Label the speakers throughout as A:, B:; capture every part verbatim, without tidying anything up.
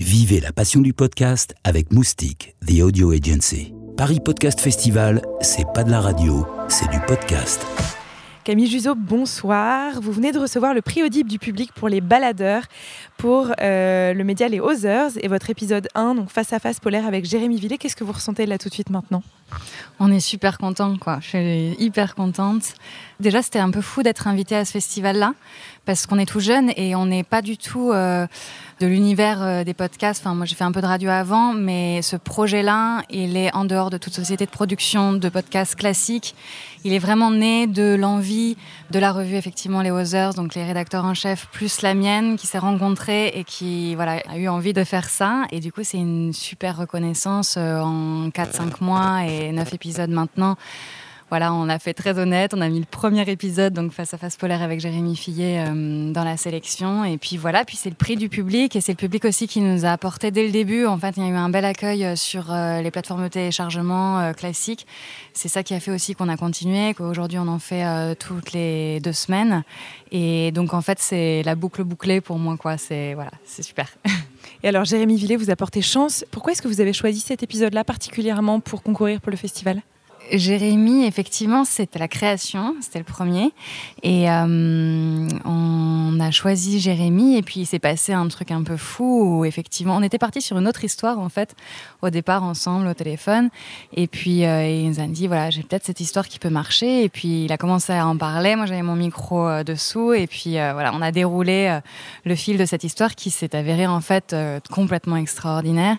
A: Vivez la passion du podcast avec Moustique, The Audio Agency. Paris Podcast Festival, c'est pas de la radio, c'est du podcast.
B: Camille Juzot, bonsoir. Vous venez de recevoir le prix Audible du public pour les baladeurs pour euh, le média Les Others et votre épisode un, donc face à face polaire avec Jérémy Villet. Qu'est-ce que vous ressentez là tout de suite maintenant ?
C: On est super contents, quoi. Je suis hyper contente. Déjà, c'était un peu fou d'être invitée à ce festival-là parce qu'on est tout jeune et on n'est pas du tout euh, de l'univers euh, des podcasts. Enfin, moi, j'ai fait un peu de radio avant, mais ce projet-là, il est en dehors de toute société de production de podcasts classiques. Il est vraiment né de l'envie de la revue, effectivement, Les Others, donc les rédacteurs en chef, plus la mienne, qui s'est rencontrée et qui voilà, a eu envie de faire ça. Et du coup, c'est une super reconnaissance euh, en quatre cinq mois et neuf épisodes maintenant. Voilà, on a fait très honnête, on a mis le premier épisode, donc face à face polaire avec Jérémy Villet euh, dans la sélection. Et puis voilà, puis c'est le prix du public et c'est le public aussi qui nous a apporté dès le début. En fait, il y a eu un bel accueil sur euh, les plateformes de téléchargement euh, classiques. C'est ça qui a fait aussi qu'on a continué, qu'aujourd'hui on en fait euh, toutes les deux semaines. Et donc en fait, c'est la boucle bouclée pour moi, quoi. C'est, voilà, c'est super.
B: Et alors, Jérémy Villet, vous a porté chance. Pourquoi est-ce que vous avez choisi cet épisode-là particulièrement pour concourir pour le festival ?
C: Jérémy, effectivement, c'était la création, c'était le premier. Et euh, on a choisi Jérémy et puis il s'est passé un truc un peu fou où effectivement, on était partis sur une autre histoire en fait, au départ ensemble au téléphone. Et puis euh, il nous a dit, voilà, j'ai peut-être cette histoire qui peut marcher. Et puis il a commencé à en parler, moi j'avais mon micro euh, dessous. Et puis euh, voilà, on a déroulé euh, le fil de cette histoire qui s'est avérée en fait euh, complètement extraordinaire.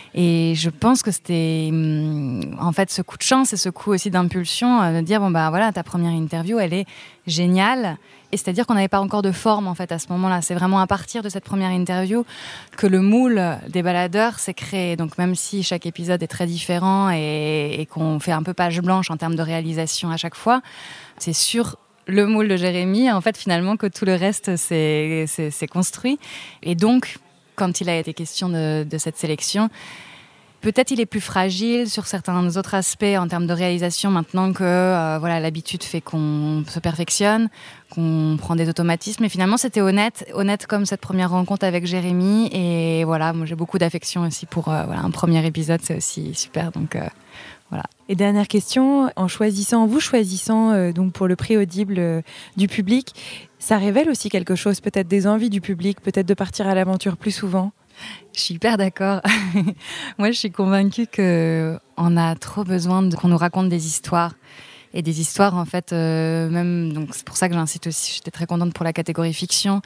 C: Et je pense que c'était hum, en fait ce coup de chance et ce coup aussi d'impulsion euh, de dire bon bah voilà, ta première interview elle est géniale. Et c'est-à-dire qu'on n'avait pas encore de forme en fait à ce moment-là. C'est vraiment à partir de cette première interview que le moule des baladeurs s'est créé. Donc même si chaque épisode est très différent et, et qu'on fait un peu page blanche en termes de réalisation à chaque fois, c'est sur le moule de Jérémy en fait finalement que tout le reste s'est, s'est, s'est construit. Et donc quand il a été question de, de cette sélection, peut-être il est plus fragile sur certains autres aspects en termes de réalisation maintenant que euh, voilà, l'habitude fait qu'on se perfectionne, qu'on prend des automatismes. Mais finalement, c'était honnête, honnête comme cette première rencontre avec Jérémy. Et voilà, moi j'ai beaucoup d'affection aussi pour euh, voilà, un premier épisode, c'est aussi super. Donc euh, voilà.
B: Et dernière question, en choisissant, vous choisissant euh, donc pour le prix Audible euh, du public, ça révèle aussi quelque chose, peut-être des envies du public, peut-être de partir à l'aventure plus souvent.
C: Je suis hyper d'accord. Moi, je suis convaincue qu'on a trop besoin de, qu'on nous raconte des histoires. Et des histoires, en fait, euh, même, donc c'est pour ça que j'incite aussi, j'étais très contente pour la catégorie fiction.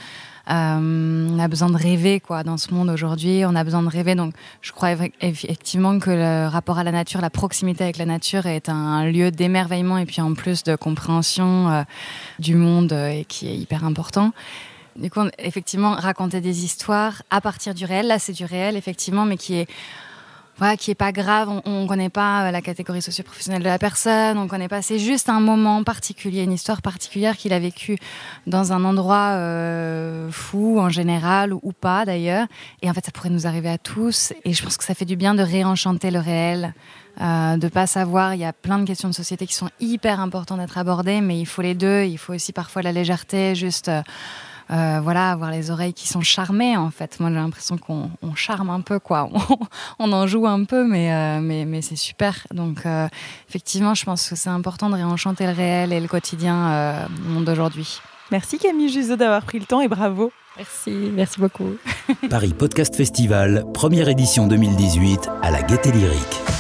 C: Euh, on a besoin de rêver, quoi, dans ce monde aujourd'hui. On a besoin de rêver. Donc, je crois effectivement que le rapport à la nature, la proximité avec la nature est un lieu d'émerveillement et puis en plus de compréhension euh, du monde euh, et qui est hyper important. Du coup, effectivement, raconter des histoires à partir du réel. Là, c'est du réel, effectivement, mais qui est, voilà, qui est pas grave. On ne connaît pas la catégorie socio-professionnelle de la personne. On connaît pas. C'est juste un moment particulier, une histoire particulière qu'il a vécue dans un endroit euh, fou, en général, ou, ou pas, d'ailleurs. Et en fait, ça pourrait nous arriver à tous. Et je pense que ça fait du bien de réenchanter le réel. Euh, de pas savoir, il y a plein de questions de société qui sont hyper importantes d'être abordées, mais il faut les deux. Il faut aussi parfois la légèreté, juste... Euh, Euh, voilà, avoir les oreilles qui sont charmées en fait. Moi j'ai l'impression qu'on on charme un peu quoi, on, on en joue un peu mais, euh, mais, mais c'est super. Donc euh, effectivement je pense que c'est important de réenchanter le réel et le quotidien euh, du monde d'aujourd'hui.
B: Merci Camille Juzot d'avoir pris le temps et bravo.
C: Merci, merci beaucoup.
A: Paris Podcast Festival, première édition deux mille dix-huit à la Gaîté Lyrique.